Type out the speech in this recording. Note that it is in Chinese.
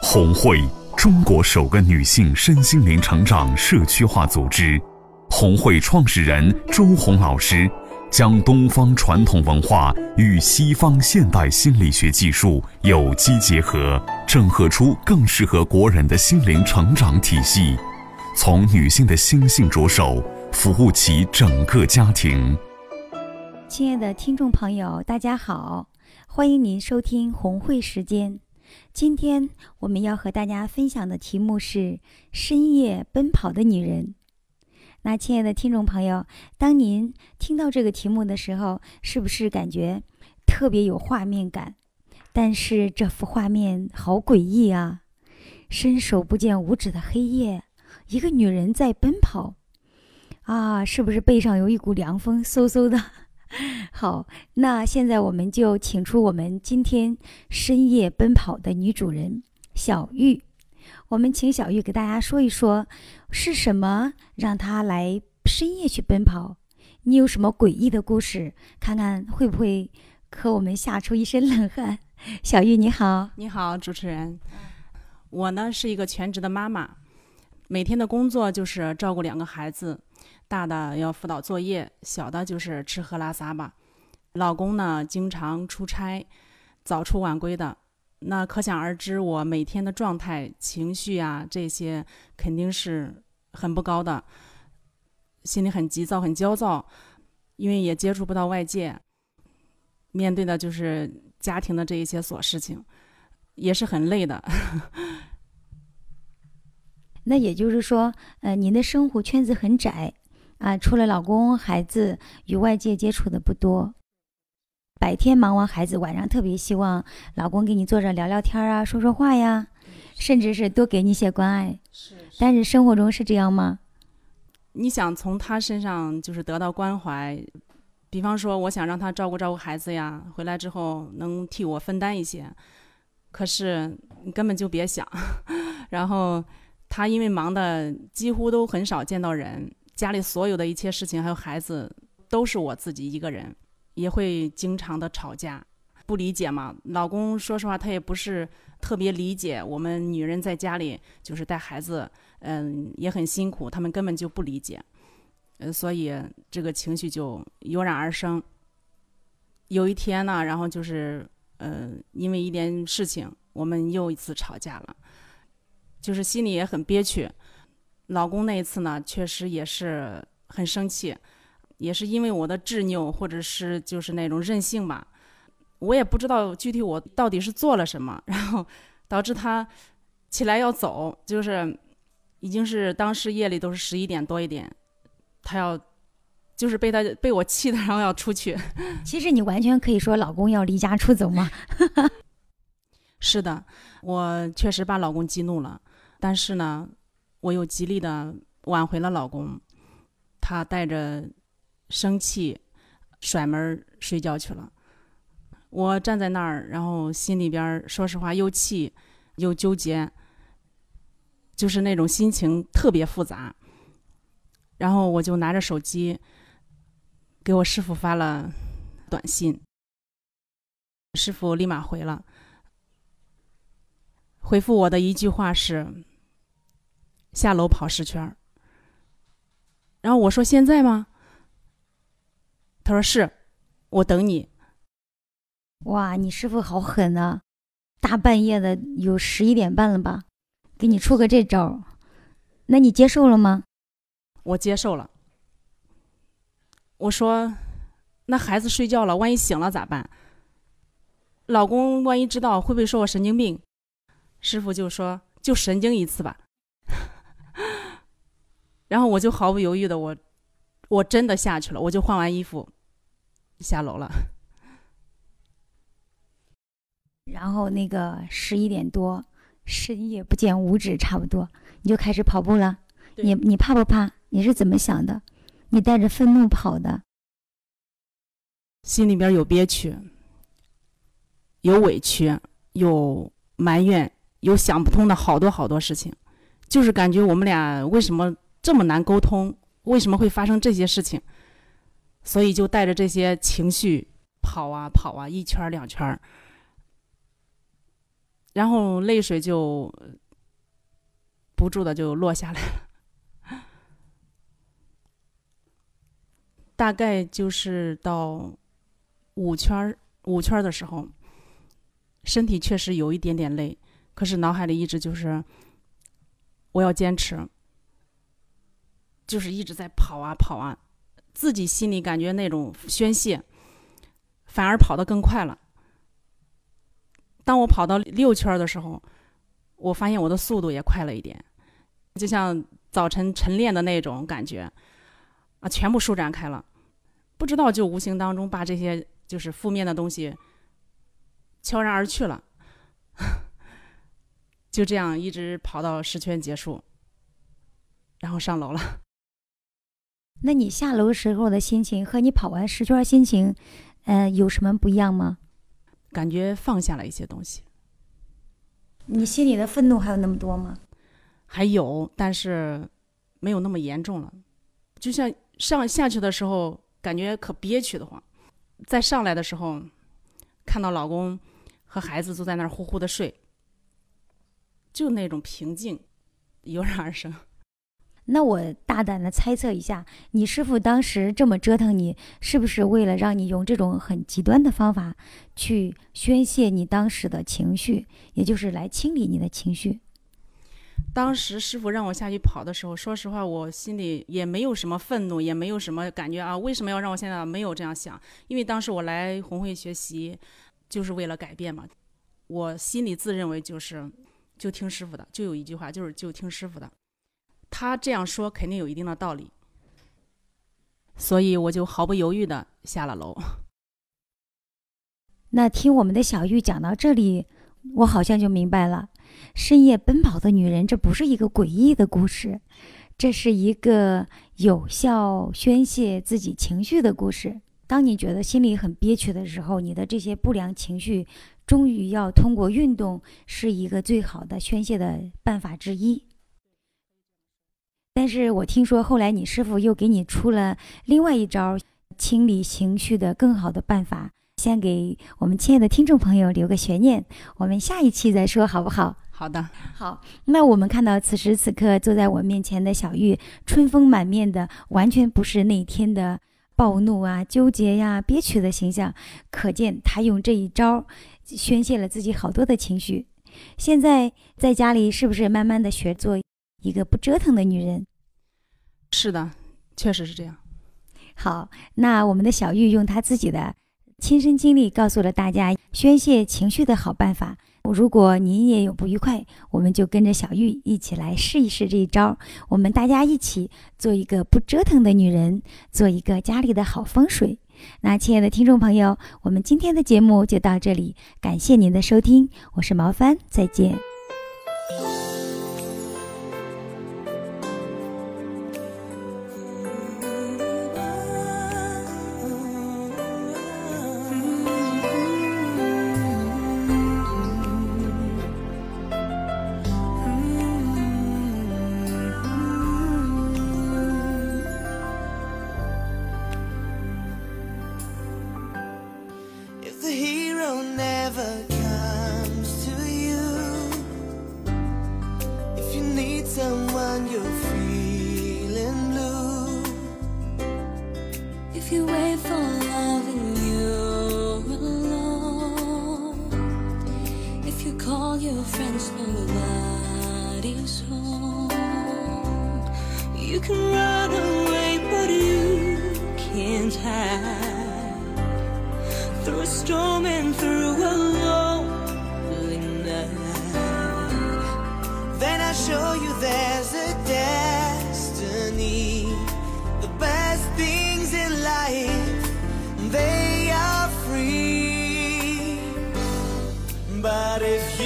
红会，中国首个女性身心灵成长社区化组织。红会创始人周红老师将东方传统文化与西方现代心理学技术有机结合，整合出更适合国人的心灵成长体系，从女性的心性着手，服务其整个家庭。 亲爱的听众朋友，大家好，欢迎您收听红会时间。今天我们要和大家分享的题目是深夜奔跑的女人。那亲爱的听众朋友，当您听到这个题目的时候，是不是感觉特别有画面感？但是这幅画面好诡异啊！伸手不见五指的黑夜，一个女人在奔跑啊，是不是背上有一股凉风嗖嗖的？好，那现在我们就请出我们今天深夜奔跑的女主人小玉。我们请小玉给大家说一说，是什么让她来深夜去奔跑？你有什么诡异的故事？看看会不会和我们吓出一身冷汗。小玉你好。 你好，主持人。我呢是一个全职的妈妈，每天的工作就是照顾2个孩子，大的要辅导作业，小的就是吃喝拉撒吧。老公呢经常出差，早出晚归的，那可想而知我每天的状态、情绪啊，这些肯定是很不高的，心里很急躁很焦躁，因为也接触不到外界，面对的就是家庭的这一些琐事情，也是很累的。 那也就是说您的生活圈子很窄啊，除了老公孩子，与外界接触的不多。白天忙完孩子，晚上特别希望老公给你坐着聊聊天啊，说说话呀，甚至是多给你一些关爱。但是生活中是这样吗？ 你想从他身上就是得到关怀，比方说我想让他照顾照顾孩子呀，回来之后能替我分担一些，可是你根本就别想。然后他因为忙的几乎都很少见到人，家里所有的一切事情还有孩子都是我自己一个人，也会经常的吵架，不理解嘛。老公说实话他也不是特别理解我们女人在家里就是带孩子，也很辛苦，他们根本就不理解，所以这个情绪就油然而生。有一天呢，然后就是因为一点事情，我们又一次吵架了，就是心里也很憋屈。老公那一次呢，确实也是很生气，也是因为我的执拗或者是就是那种任性吧，我也不知道具体我到底是做了什么，然后导致他起来要走，就是已经是当时夜里都是11点多一点，他要就是被我气的，然后要出去。 其实你完全可以说老公要离家出走嘛。 是的，我确实把老公激怒了，但是呢我又极力的挽回了老公，他带着生气甩门睡觉去了。我站在那儿，然后心里边说实话又气又纠结，就是那种心情特别复杂。然后我就拿着手机给我师傅发了短信，师傅立马回了，回复我的一句话是下楼跑10圈。然后我说现在吗？他说是，我等你。 哇，你师傅好狠啊，大半夜的有11点半了吧，给你出个这招，那你接受了吗？ 我接受了。我说那孩子睡觉了，万一醒了咋办？老公万一知道会不会说我神经病？师傅就说就神经一次吧。然后我就毫不犹豫的我真的下去了，我就换完衣服下楼了。 然后那个11点多，深夜不见五指，差不多你就开始跑步了。你怕不怕？你是怎么想的？你带着愤怒跑的？ 心里边有憋屈，有委屈，有埋怨，有想不通的好多事情，就是感觉我们俩为什么这么难沟通，为什么会发生这些事情，所以就带着这些情绪跑啊跑啊，1圈2圈。 然后泪水就不住的就落下来了。大概就是到5圈的时候，身体确实有一点点累，可是脑海里一直就是我要坚持，就是一直在跑啊跑啊，自己心里感觉那种宣泄，反而跑得更快了。当我跑到6圈的时候，我发现我的速度也快了一点，就像早晨晨练的那种感觉啊，全部舒展开了。不知道就无形当中把这些就是负面的东西悄然而去了。就这样一直跑到10圈结束，然后上楼了。 那你下楼时候的心情和你跑完10圈心情，有什么不一样吗？ 感觉放下了一些东西。 你心里的愤怒还有那么多吗？ 还有，但是没有那么严重了。就像下去的时候感觉可憋屈的慌，再上来的时候看到老公和孩子都在那儿呼呼的睡，就那种平静油然而生。 那我大胆的猜测一下，你师傅当时这么折腾你，是不是为了让你用这种很极端的方法去宣泄你当时的情绪，也就是来清理你的情绪？ 当时师傅让我下去跑的时候，说实话我心里也没有什么愤怒，也没有什么感觉啊，为什么要让我现在？没有这样想，因为当时我来红会学习就是为了改变嘛。我心里自认为就听师傅的，就有一句话就是就听师傅的，他这样说肯定有一定的道理，所以我就毫不犹豫的下了楼。 那听我们的小玉讲到这里，我好像就明白了，深夜奔跑的女人，这不是一个诡异的故事，这是一个有效宣泄自己情绪的故事。当你觉得心里很憋屈的时候，你的这些不良情绪终于要通过运动，是一个最好的宣泄的办法之一。但是我听说后来你师傅又给你出了另外一招清理情绪的更好的办法，先给我们亲爱的听众朋友留个悬念，我们下一期再说好不好？ 好的。 好，那我们看到此时此刻坐在我面前的小玉，春风满面的，完全不是那天的暴怒啊、纠结呀、憋屈的形象，可见她用这一招宣泄了自己好多的情绪。现在在家里是不是慢慢的学做一个不折腾的女人？ 是的，确实是这样。 好，那我们的小玉用她自己的亲身经历告诉了大家宣泄情绪的好办法。如果您也有不愉快，我们就跟着小玉一起来试一试这一招，我们大家一起做一个不折腾的女人，做一个家里的好风水。那亲爱的听众朋友，我们今天的节目就到这里，感谢您的收听，我是毛帆，再见。 You can run away, but you can't hide through a storm and through a lonely night. Then I show you there's a destiny. The best things in life, they are free. But if